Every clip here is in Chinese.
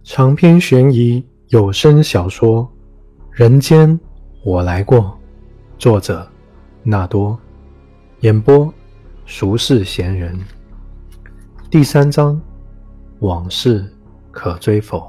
长篇悬疑有声小说《人间我来过》，作者纳多，演播俗世闲人。第3章，往事可追否？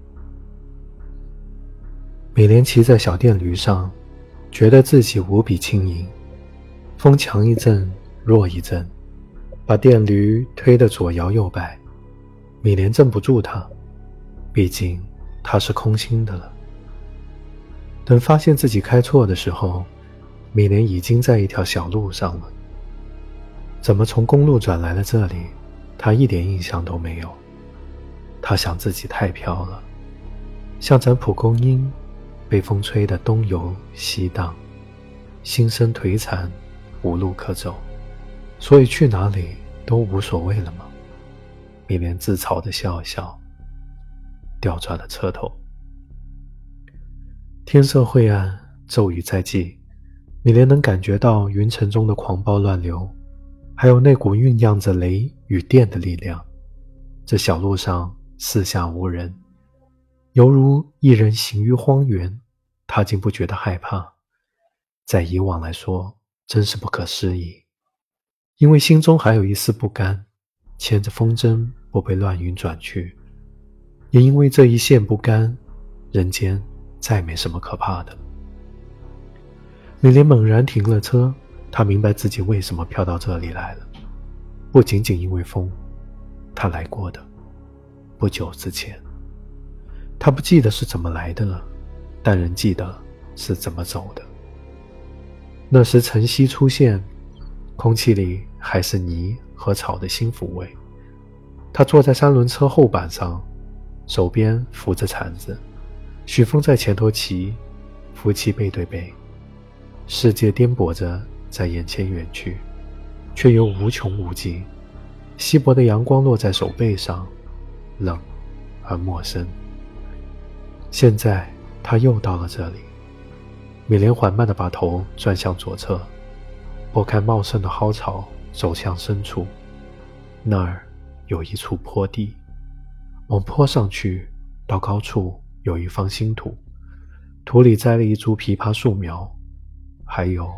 美莲骑在小电驴上，觉得自己无比轻盈，风强一阵弱一阵，把电驴推得左摇右摆。美莲镇不住它，毕竟它是空心的了。等发现自己开错的时候，美莲已经在一条小路上了。怎么从公路转来了这里，她一点印象都没有。她想自己太飘了，像盏蒲公英，被风吹得东游西荡，心生颓残，无路可走，所以去哪里都无所谓了吗？美莲自嘲地笑一笑，调转了车头。天色晦暗，骤雨在即，美莲能感觉到云层中的狂暴乱流，还有那股酝酿着雷与电的力量。这小路上四下无人，犹如一人行于荒原，她竟不觉得害怕。在以往来说，真是不可思议，因为心中还有一丝不甘，牵着风筝不被乱云转去，也因为这一线不甘，人间再没什么可怕的。美莲猛然停了车，她明白自己为什么飘到这里来了，不仅仅因为风，她来过的，不久之前。她不记得是怎么来的了，但仍记得是怎么走的。那时晨曦出现，空气里还是泥和草的新抚味。她坐在3轮车后板上，手边扶着铲子，许峰在前头骑，夫妻背对背。世界颠簸着在眼前远去，却又无穷无尽。稀薄的阳光落在手背上，冷而陌生。现在他又到了这里。美莲缓慢地把头转向左侧，拨开茂盛的蒿草，走向深处。那儿有一处坡地，往坡上去，到高处有一方新土，土里栽了一株枇杷树苗，还有……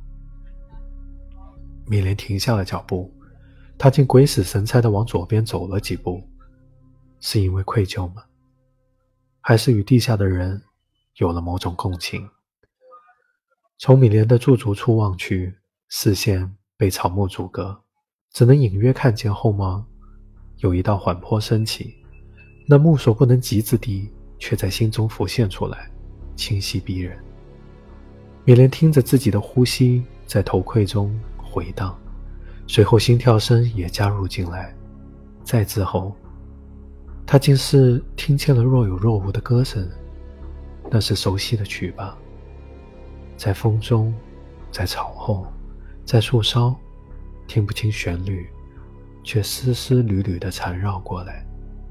美莲停下了脚步，她竟鬼使神差地往左边走了几步。是因为愧疚吗？还是与地下的人有了某种共情？从美莲的驻足处望去，视线被草木阻隔，只能隐约看见后方有一道缓坡升起，那目所不能及之地却在心中浮现出来，清晰逼人。美莲听着自己的呼吸在头盔中回荡，随后心跳声也加入进来。再之后，她竟是听见了若有若无的歌声，那是熟悉的曲吧。在风中，在草后，在树梢，听不清旋律，却丝丝缕缕地缠绕过来。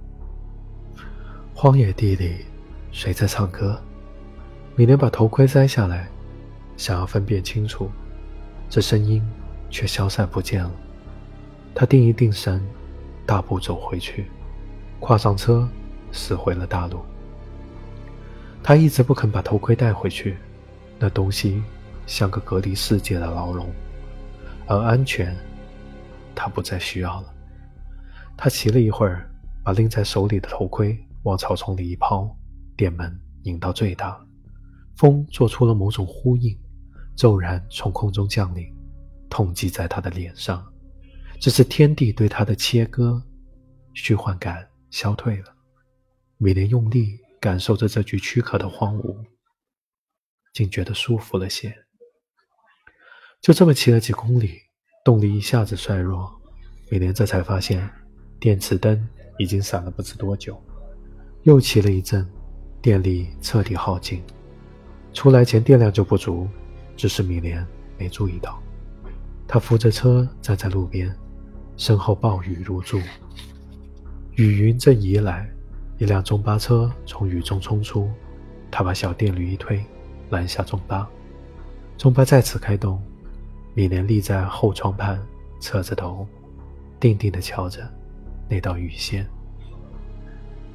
荒野地里，谁在唱歌？美莲把头盔摘下来，想要分辨清楚，这声音却消散不见了。她定一定神，大步走回去，跨上车，驶回了大路。她一直不肯把头盔带回去，那东西像个隔离世界的牢笼，而安全他不再需要了。他骑了一会儿，把拎在手里的头盔往草丛里一抛，电门拧到最大，风做出了某种呼应，骤然从空中降临，痛击在他的脸上。这是天地对他的切割，虚幻感消退了。美莲用力感受着这具躯壳的荒芜，竟觉得舒服了些。就这么骑了几公里，动力一下子衰弱，美莲这才发现电池灯已经闪了不知多久。又骑了一阵，电力彻底耗尽，出来前电量就不足，只是美莲没注意到。她扶着车站在路边，身后暴雨如注，雨云正移来，一辆中巴车从雨中冲出，她把小电驴一推，拦下中巴。中巴再次开动，美莲立在后窗畔，侧着头，定定地瞧着那道雨线。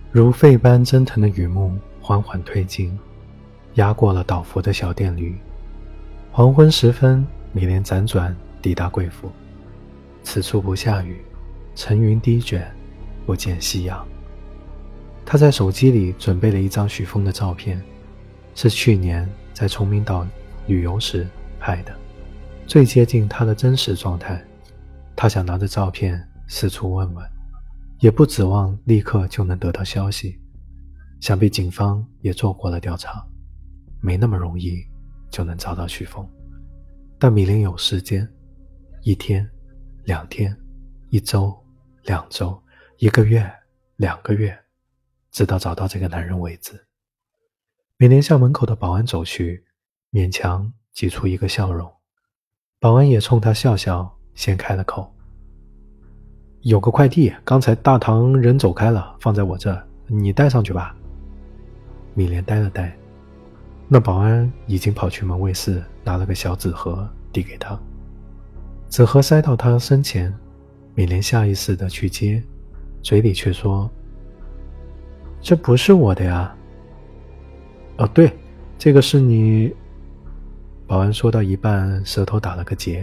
如沸般蒸腾的雨幕缓缓推进，压过了倒伏的小电驴。黄昏时分，米莲辗转抵达贵府。此处不下雨，层云低卷，不见夕阳。他在手机里准备了一张许峰的照片，是去年在崇明岛旅游时拍的，最接近他的真实状态。他想拿着照片四处问问，也不指望立刻就能得到消息。想必警方也做过了调查，没那么容易就能找到许峰。但米莲有时间，1天、2天、1周、2周、1个月、2个月，直到找到这个男人为止。米莲向门口的保安走去，勉强挤出一个笑容。保安也冲他笑笑，先开了口：有个快递，刚才大堂人走开了，放在我这，你带上去吧。米莲呆了呆，那保安已经跑去门卫室拿了个小纸盒递给他，纸盒塞到他身前，米莲下意识地去接，嘴里却说：这不是我的呀。哦，对，这个是你……保安说到一半，舌头打了个结。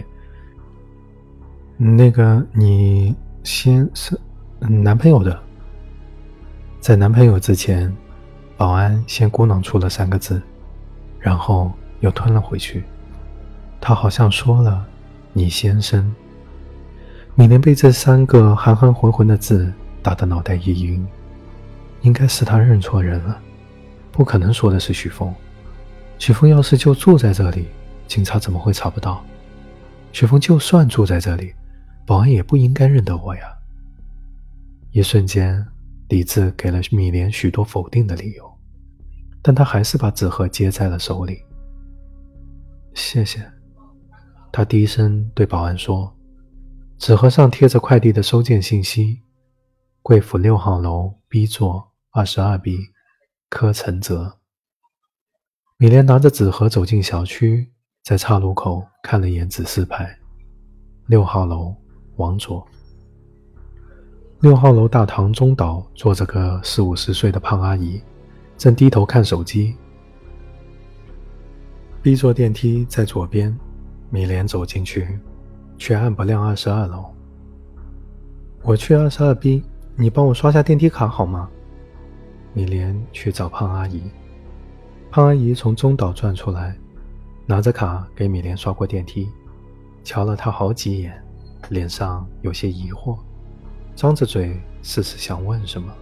那个你先是男朋友的。在男朋友之前，保安先咕哝出了3个字，然后又吞了回去。他好像说了你先生。米莲被这3个含含混混的字打得脑袋一晕，应该是他认错人了，不可能说的是许峰。许峰要是就住在这里，警察怎么会查不到？许峰就算住在这里，保安也不应该认得我呀。一瞬间，理智给了米莲许多否定的理由，但他还是把纸盒接在了手里。谢谢，他低声对保安说。纸盒上贴着快递的收件信息：贵府6号楼 B 座 22B 柯承泽。米莲拿着纸盒走进小区，在岔路口看了眼指示牌：6号楼往左。6号楼大堂中岛坐着个40-50岁的胖阿姨，正低头看手机。B 座电梯在左边，米莲走进去，却按不亮22楼。我去22B，你帮我刷下电梯卡好吗？米莲去找胖阿姨。胖阿姨从中岛转出来，拿着卡给米莲刷过电梯，瞧了她好几眼，脸上有些疑惑，张着嘴似是想问什么。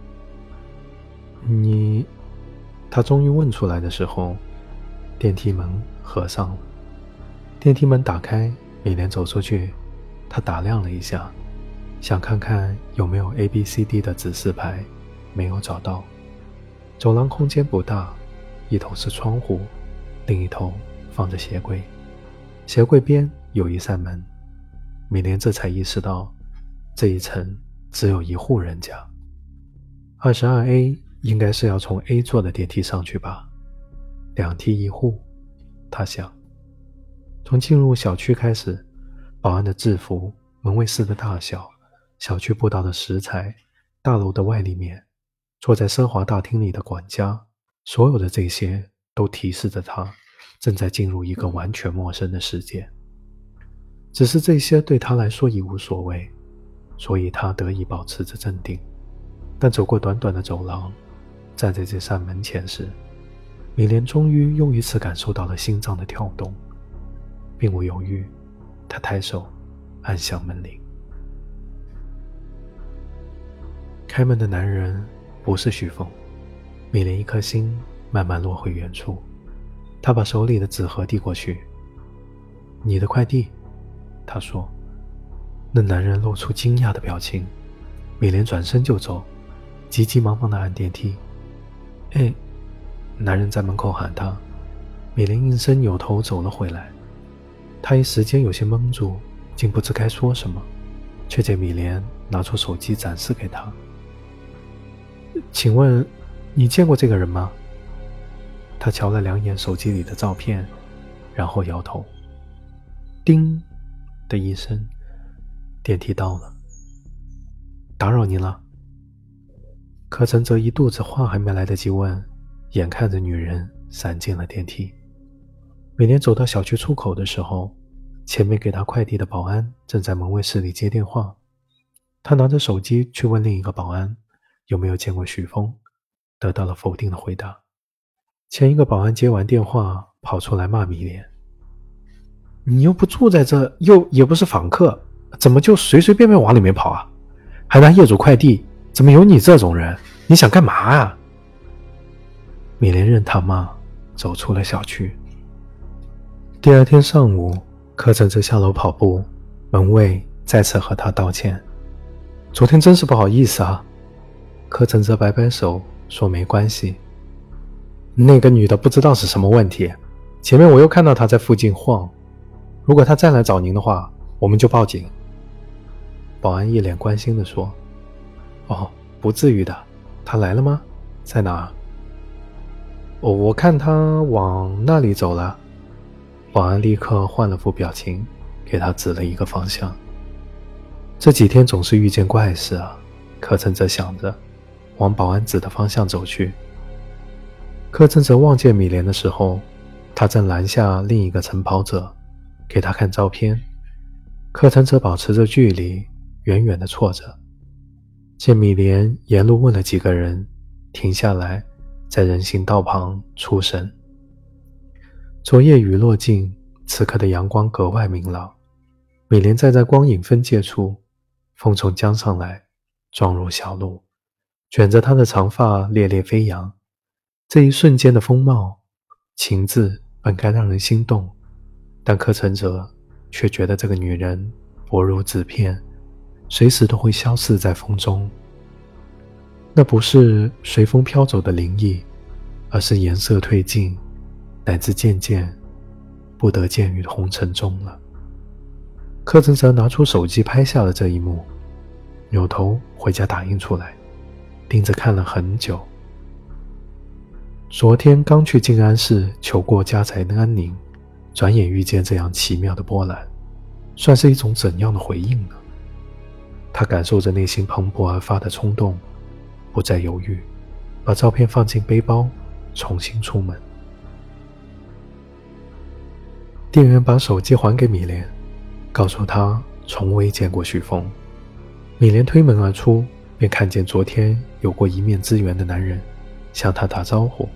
她终于问出来的时候，电梯门合上了。电梯门打开，米莲走出去，她打量了一下，想看看有没有 ABCD 的指示牌，没有找到。走廊空间不大，一头是窗户，另一头放着鞋柜，鞋柜边有一扇门。米莲这才意识到，这一层只有1户人家。22A 应该是要从 A 座的电梯上去吧，2梯1户，他想。从进入小区开始，保安的制服、门卫室的大小、小区布道的石材、大楼的外立面，坐在奢华大厅里的管家，所有的这些都提示着他正在进入一个完全陌生的世界。只是这些对他来说已无所谓，所以他得以保持着镇定。但走过短短的走廊，站在这扇门前时，米莲终于又一次感受到了心脏的跳动。并无犹豫，他抬手按响门铃。开门的男人不是许峰。米莲一颗心慢慢落回原处，他把手里的纸盒递过去。你的快递，他说。那男人露出惊讶的表情。米莲转身就走，急急忙忙地按电梯。哎，男人在门口喊他。米莲应声扭头走了回来。他一时间有些懵住，竟不知该说什么，却见米莲拿出手机展示给他。请问你见过这个人吗？他瞧了2眼手机里的照片，然后摇头。叮的一声，电梯到了。打扰您了。 柯晨泽一肚子话还没来得及问，眼看着女人闪进了电梯。美莲走到小区出口的时候，前面给他快递的保安正在门卫室里接电话。他拿着手机去问另一个保安有没有见过许峰，得到了否定的回答。前一个保安接完电话跑出来骂米莲：你又不住在这，也不是访客，怎么就随随便便往里面跑啊？还拿业主快递，怎么有你这种人？你想干嘛啊？米莲任他骂，走出了小区。第二天上午，柯晨泽下楼跑步，门卫再次和他道歉：昨天真是不好意思啊。柯晨泽摆摆手说没关系。那个女的不知道是什么问题，前面我又看到她在附近晃，如果她再来找您的话，我们就报警。保安一脸关心地说：哦，不至于的，她来了吗？在哪儿？我看她往那里走了。保安立刻换了副表情，给他指了一个方向。这几天总是遇见怪事啊，柯晨泽想着，往保安指的方向走去。柯晨泽望见米莲的时候，他正拦下另一个晨跑者，给他看照片。柯晨泽保持着距离，远远地错着。见米莲沿路问了几个人，停下来，在人行道旁出神。昨夜雨落尽，此刻的阳光格外明朗。米莲站在光影分界处，风从江上来，撞入小路，卷着她的长发猎猎飞扬。这一瞬间的风貌情致本该让人心动，但柯晨哲却觉得这个女人薄如纸片，随时都会消逝在风中。那不是随风飘走的灵异，而是颜色褪尽，乃至渐渐不得见于红尘中了。柯晨哲拿出手机拍下了这一幕，扭头回家打印出来，盯着看了很久。昨天刚去静安寺求过家宅安宁，转眼遇见这样奇妙的波澜，算是一种怎样的回应呢？他感受着内心蓬勃而发的冲动，不再犹豫，把照片放进背包，重新出门。店员把手机还给米莲，告诉她从未见过许峰。米莲推门而出，便看见昨天有过一面之缘的男人向她打招呼。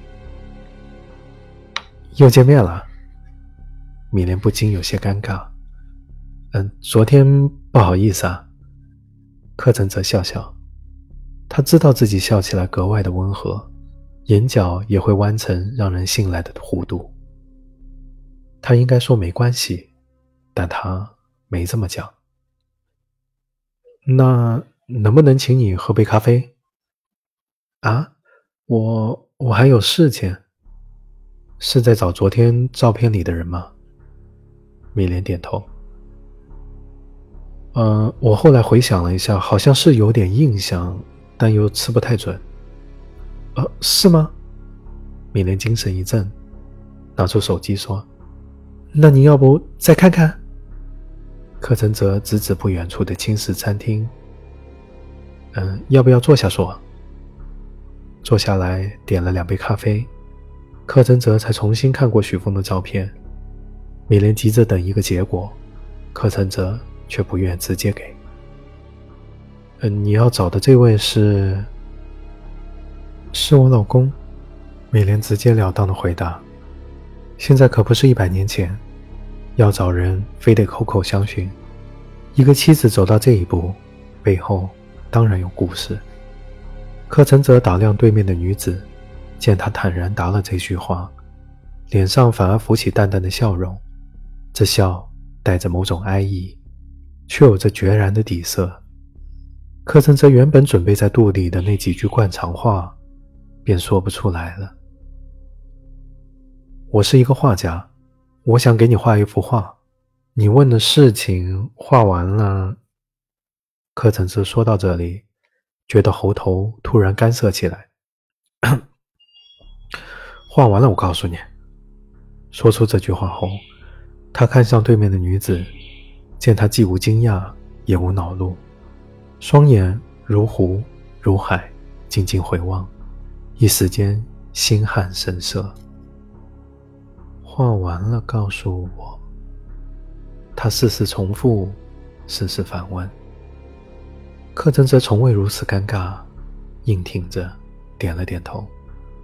又见面了。米莲不禁有些尴尬。昨天不好意思啊。柯晨则笑笑，他知道自己笑起来格外的温和，眼角也会弯成让人信赖的弧度。他应该说没关系，但他没这么讲。那能不能请你喝杯咖啡？啊，我还有事情。是在找昨天照片里的人吗？米莲点头。我后来回想了一下，好像是有点印象，但又吃不太准。是吗？米莲精神一振，拿出手机说：那你要不再看看？柯晨哲指指不远处的轻食餐厅。要不要坐下说？坐下来点了2杯咖啡。柯晨哲才重新看过许峰的照片，米莲急着等一个结果，柯晨哲却不愿直接给。你要找的这位是我老公。米莲直截了当的回答。现在可不是100年前，要找人非得口口相询。一个妻子走到这一步，背后当然有故事。柯晨哲打量对面的女子，见她坦然答了这句话，脸上反而浮起淡淡的笑容，这笑带着某种哀意，却有着决然的底色。柯晨哲原本准备在肚里的那几句惯常话便说不出来了。我是一个画家，我想给你画一幅画，你问的事情画完了。柯晨哲说到这里，觉得喉头突然干涩起来。画完了我告诉你。说出这句话后，他看向对面的女子，见她既无惊讶也无恼怒，双眼如湖如海， 静静回望，一时间心汗神色。画完了告诉我。他似是重复，似是反问。柯震泽从未如此尴尬，硬挺着点了点头。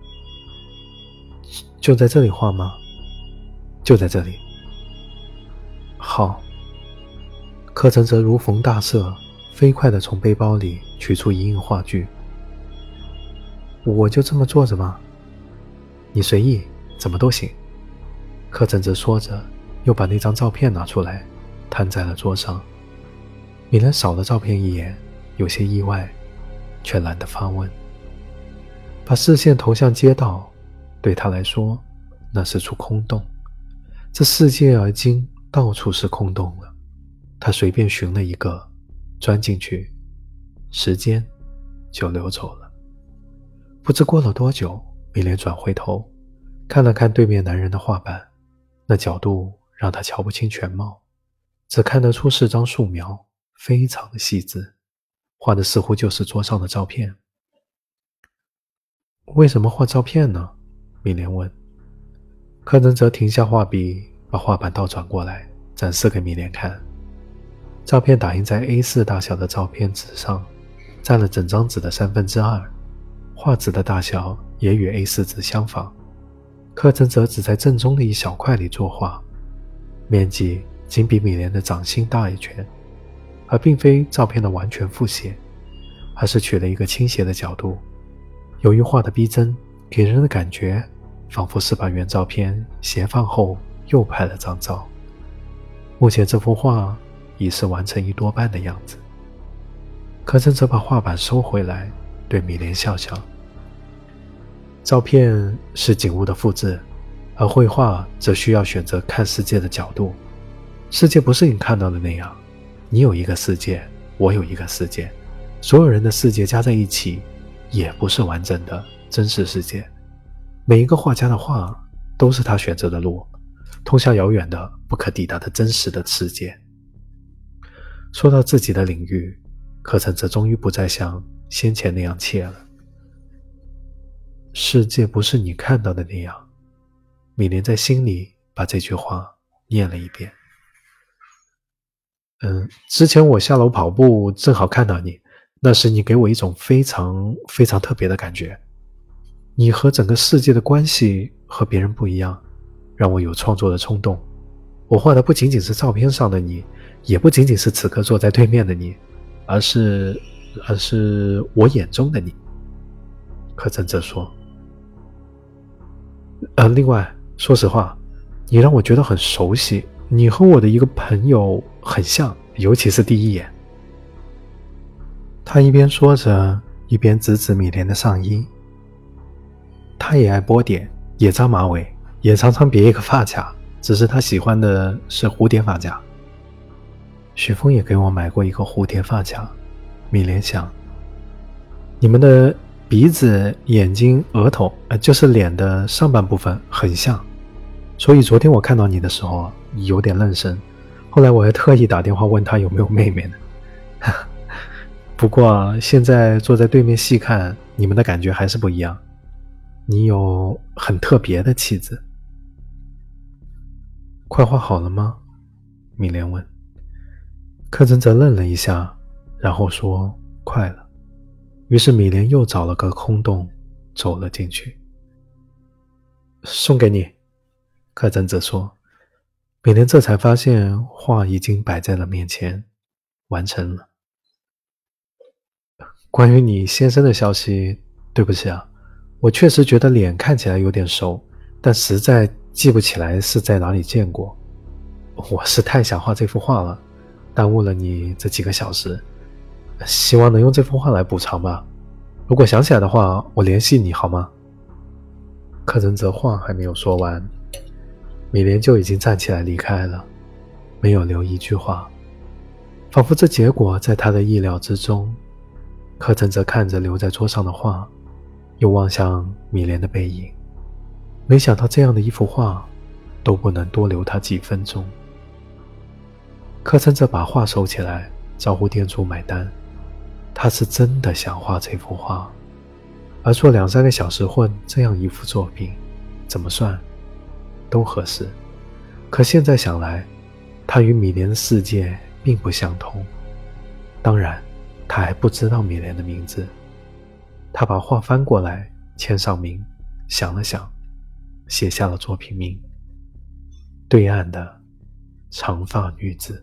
就在这里画吗？就在这里。好。柯震泽如逢大赦，飞快地从背包里取出一印画具。我就这么坐着吗？你随意，怎么都行。柯震泽说着，又把那张照片拿出来，摊在了桌上。米兰扫了照片一眼，有些意外，却懒得发问。把视线投向街道，对他来说，那是处空洞。这世界而今到处是空洞了。他随便寻了一个，钻进去，时间就流走了。不知过了多久，米莲转回头，看了看对面男人的画板，那角度让他瞧不清全貌，只看得出是张素描，非常的细致，画的似乎就是桌上的照片。为什么画照片呢？米莲问。柯震泽停下画笔，把画板倒转过来，展示给米莲看。照片打印在 A4 大小的照片纸上，占了整张纸的2/3，画纸的大小也与 A4 纸相仿。柯震泽只在正中的一小块里作画，面积仅比米莲的掌心大一圈，而并非照片的完全复写，而是取了一个倾斜的角度。由于画的逼真，给人的感觉仿佛是把原照片斜放后又拍了张照。目前这幅画已是完成一多半的样子。柯震泽把画板收回来，对米莲笑笑。照片是景物的复制，而绘画则需要选择看世界的角度。世界不是你看到的那样，你有一个世界，我有一个世界，所有人的世界加在一起，也不是完整的真实世界。每一个画家的画都是他选择的路，通向遥远的不可抵达的真实的世界。说到自己的领域，柯震泽终于不再像先前那样怯了。世界不是你看到的那样，米莲在心里把这句话念了一遍。之前我下楼跑步正好看到你，那时你给我一种非常非常特别的感觉。你和整个世界的关系和别人不一样，让我有创作的冲动。我画的不仅仅是照片上的你，也不仅仅是此刻坐在对面的你，而是我眼中的你。柯震泽说。另外，说实话，你让我觉得很熟悉，你和我的一个朋友很像，尤其是第一眼。他一边说着，一边指指米莲的上衣。他也爱波点，也扎马尾，也常常别一个发卡，只是他喜欢的是蝴蝶发卡。许峰也给我买过一个蝴蝶发卡。米莲想，你们的鼻子、眼睛、额头，就是脸的上半部分很像，所以昨天我看到你的时候有点愣神，后来我还特意打电话问他有没有妹妹呢。不过现在坐在对面细看，你们的感觉还是不一样，你有很特别的气质。快画好了吗？米莲问。柯震泽愣了一下，然后说快了。于是米莲又找了个空洞走了进去。送给你，柯震泽说。米莲这才发现画已经摆在了面前，完成了。关于你先生的消息，对不起啊，我确实觉得脸看起来有点熟，但实在记不起来是在哪里见过。我是太想画这幅画了，耽误了你这几个小时，希望能用这幅画来补偿吧。如果想起来的话，我联系你好吗？柯震泽话还没有说完，米莲就已经站起来离开了，没有留一句话，仿佛这结果在他的意料之中。柯震泽看着留在桌上的画，又望向米莲的背影，没想到这样的一幅画都不能多留他几分钟。柯震泽把画收起来，招呼店主买单。他是真的想画这幅画， 而做2-3个小时混这样一幅作品，怎么算都合适。可现在想来，他与米莲的世界并不相同。当然，他还不知道米莲的名字。他把画翻过来，签上名，想了想，写下了作品名：对岸的长发女子。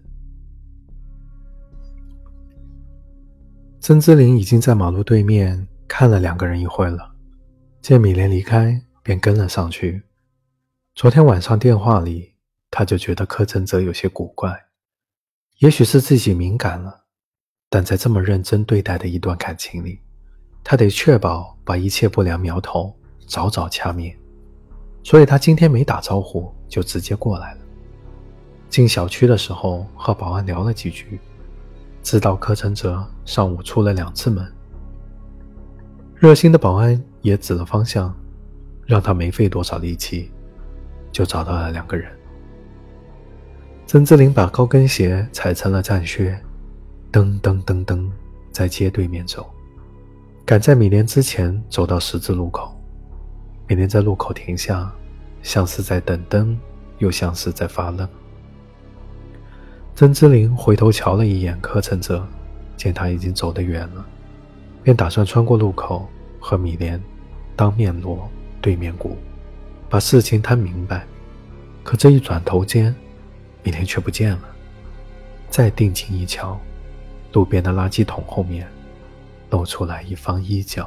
曾之琳已经在马路对面看了2个人一会了，见米莲离开，便跟了上去。昨天晚上电话里，他就觉得柯承泽有些古怪，也许是自己敏感了，但在这么认真对待的一段感情里，他得确保把一切不良苗头早早掐灭。所以他今天没打招呼就直接过来了。进小区的时候和保安聊了几句，知道柯承泽上午出了2次门。热心的保安也指了方向，让他没费多少力气就找到了2个人。曾之琳把高跟鞋踩成了战靴，噔噔噔噔在街对面走，赶在米莲之前走到十字路口。米莲在路口停下，像是在等灯，又像是在发愣。曾之琳回头瞧了一眼柯承泽，见他已经走得远了，便打算穿过路口和米莲当面锣对面鼓，把事情摊明白。可这一转头间，米莲却不见了。再定睛一瞧，路边的垃圾桶后面露出来一方衣角。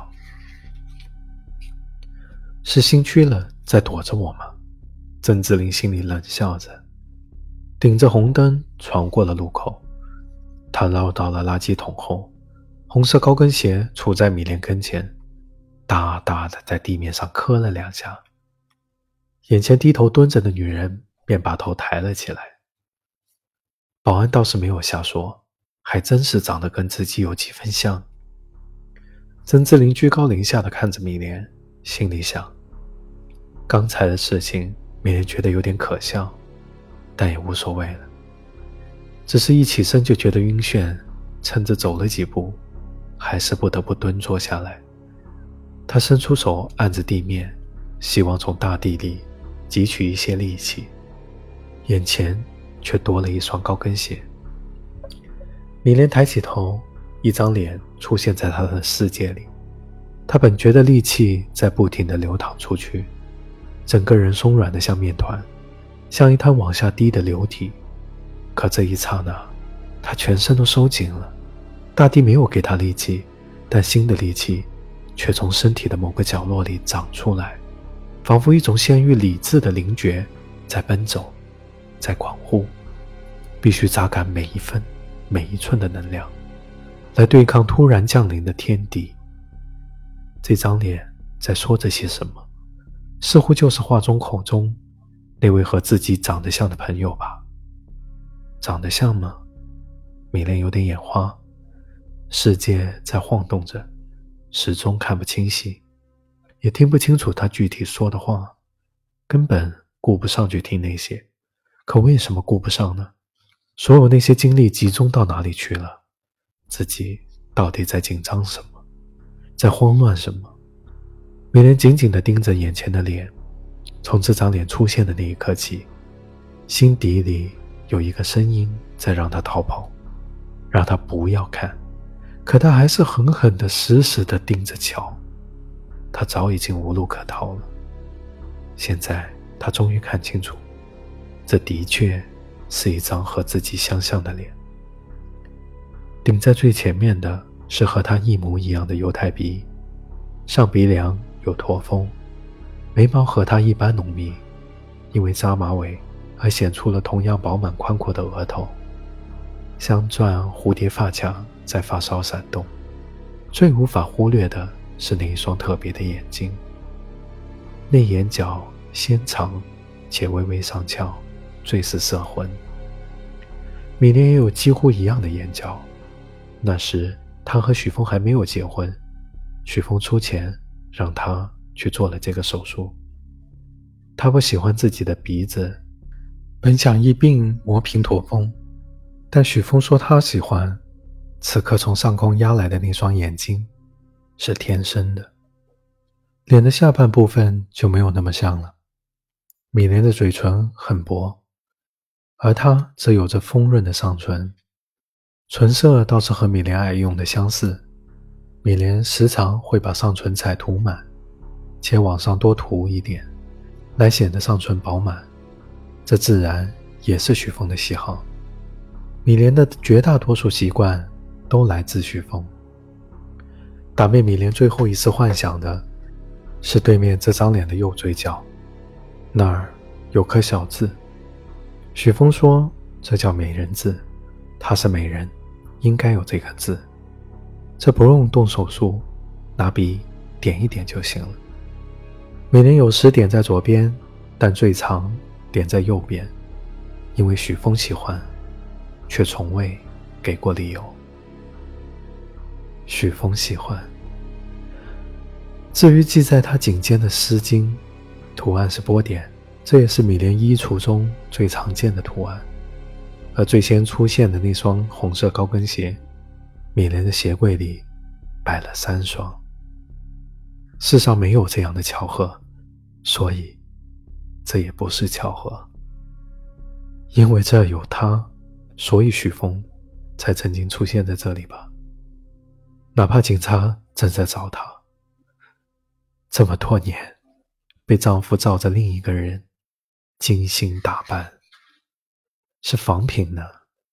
是心虚了在躲着我吗？曾之琳心里冷笑着，顶着红灯闯过了路口。他绕到了垃圾桶后，红色高跟鞋杵在米莲跟前，大大的在地面上磕了2下。眼前低头蹲着的女人便把头抬了起来。保安倒是没有瞎说，还真是长得跟自己有几分像。曾之琳居高临下地看着米莲，心里想，刚才的事情米莲觉得有点可笑，但也无所谓了。只是一起身就觉得晕眩，撑着走了几步，还是不得不蹲坐下来。他伸出手按着地面，希望从大地里汲取一些力气，眼前却多了一双高跟鞋。米莲抬起头，一张脸出现在他的世界里。他本觉得力气在不停地流淌出去，整个人松软得像面团，像一滩往下滴的流体。可这一刹那，他全身都收紧了。大地没有给他力气，但新的力气却从身体的某个角落里长出来，仿佛一种先于理智的灵觉在奔走，在广护，必须榨干每一分每一寸的能量，来对抗突然降临的天敌。这张脸在说着些什么？似乎就是画中口中那位和自己长得像的朋友吧。长得像吗？米莲有点眼花，世界在晃动着，始终看不清晰，也听不清楚他具体说的话，根本顾不上去听那些。可为什么顾不上呢？所有那些精力集中到哪里去了？自己到底在紧张什么？在慌乱什么？米莲紧紧地盯着眼前的脸，从这张脸出现的那一刻起，心底里有一个声音在让他逃跑，让他不要看。可他还是狠狠地死死地盯着瞧。他早已经无路可逃了。现在他终于看清楚，这的确是一张和自己相像的脸。顶在最前面的是和他一模一样的犹太鼻，上鼻梁有驼峰，眉毛和他一般浓密，因为扎马尾而显出了同样饱满宽阔的额头，镶钻蝴蝶发卡在发梢闪动。最无法忽略的是那一双特别的眼睛，那眼角纤长且微微上翘，最是摄魂。米莲也有几乎一样的眼角，那时他和许峰还没有结婚，许峰出钱让他去做了这个手术。他不喜欢自己的鼻子，本想一并磨平驼峰，但许峰说他喜欢此刻从上空压来的那双眼睛，是天生的。 脸的下半部分就没有那么像了。米莲的嘴唇很薄，而她则有着丰润的上唇，唇色倒是和米莲爱用的相似。米莲时常会把上唇彩涂满，且往上多涂一点，来显得上唇饱满。这自然也是许峰的喜好。米莲的绝大多数习惯都来自许峰。打灭米莲最后一次幻想的是对面这张脸的右嘴角，那儿有颗小痣。许峰说这叫美人痣，她是美人，应该有这个痣，这不用动手术，拿笔点一点就行了。米莲有时点在左边，但最常点在右边，因为许峰喜欢，却从未给过理由。许峰喜欢。至于系在他颈间的丝巾，图案是波点，这也是米莲衣橱中最常见的图案。而最先出现的那双红色高跟鞋，米莲的鞋柜里摆了3双。世上没有这样的巧合，所以这也不是巧合。因为这有他，所以许峰才曾经出现在这里吧。哪怕警察正在找他，这么多年被丈夫照着另一个人精心打扮，是仿品呢。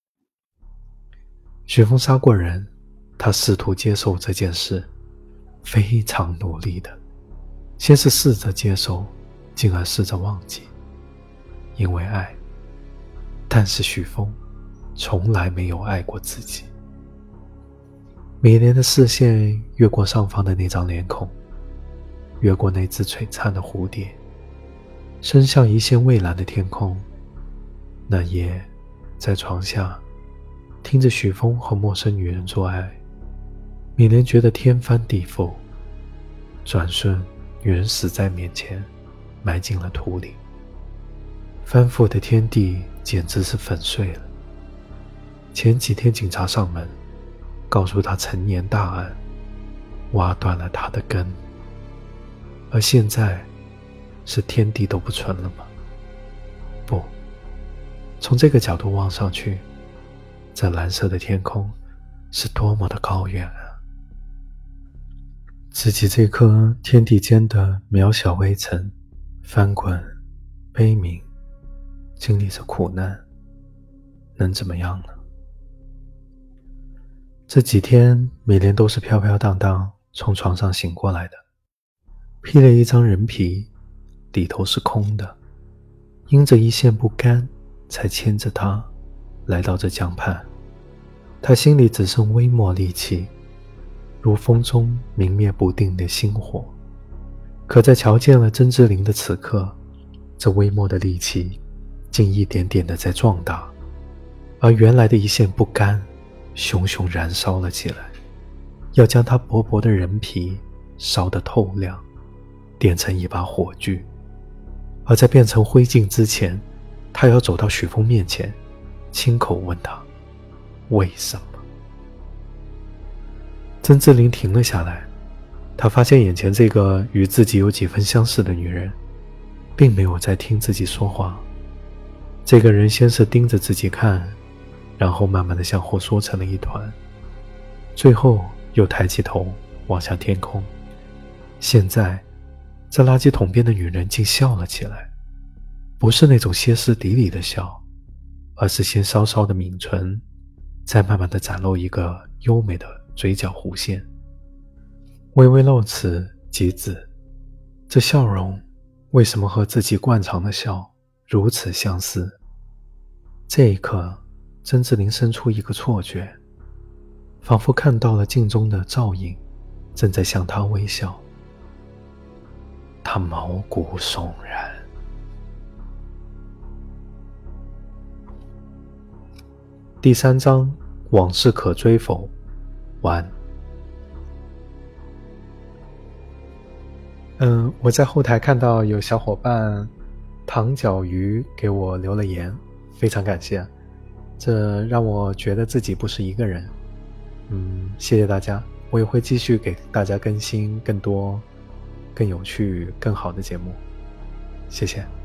许峰杀过人，他试图接受这件事，非常努力的，先是试着接受，进而试着忘记，因为爱。但是许峰从来没有爱过自己。米莲的视线越过上方的那张脸孔，越过那只璀璨的蝴蝶，伸向一线蔚蓝的天空。那夜在床下听着许峰和陌生女人做爱，米莲觉得天翻地覆，转瞬女人死在面前，埋进了土里。翻覆的天地简直是粉碎了。前几天警察上门告诉他陈年大案，挖断了他的根，而现在是天地都不存了吗？不，从这个角度望上去，这蓝色的天空是多么的高远啊！自己这颗天地间的渺小微尘，翻滚悲鸣，经历着苦难，能怎么样呢？这几天米莲都是飘飘荡荡从床上醒过来的，披了一张人皮，里头是空的，因着一线不甘，才牵着他来到这江畔。他心里只剩微末戾气，如风中明灭不定的星火。可在瞧见了甄之琳的此刻，这微末的戾气竟一点点的在壮大，而原来的一线不甘熊熊燃烧了起来，要将他薄薄的人皮烧得透亮，点成一把火炬。而在变成灰烬之前，他要走到许峰面前，亲口问他为什么。甄之琳停了下来，她发现眼前这个与自己有几分相似的女人并没有在听自己说话。这个人先是盯着自己看，然后慢慢地向后缩成了一团，最后又抬起头望向天空。现在这垃圾桶边的女人竟笑了起来，不是那种歇斯底里的笑，而是先稍稍的抿唇，再慢慢地展露一个优美的嘴角弧线，微微露齿即止。这笑容为什么和自己惯常的笑如此相似？这一刻，甄之琳生出一个错觉，仿佛看到了镜中的照影，正在向她微笑。她毛骨悚然。第3章，往事可追否？完。我在后台看到有小伙伴糖脚鱼给我留了言，非常感谢，这让我觉得自己不是一个人。谢谢大家，我也会继续给大家更新更多更有趣、更好的节目。谢谢。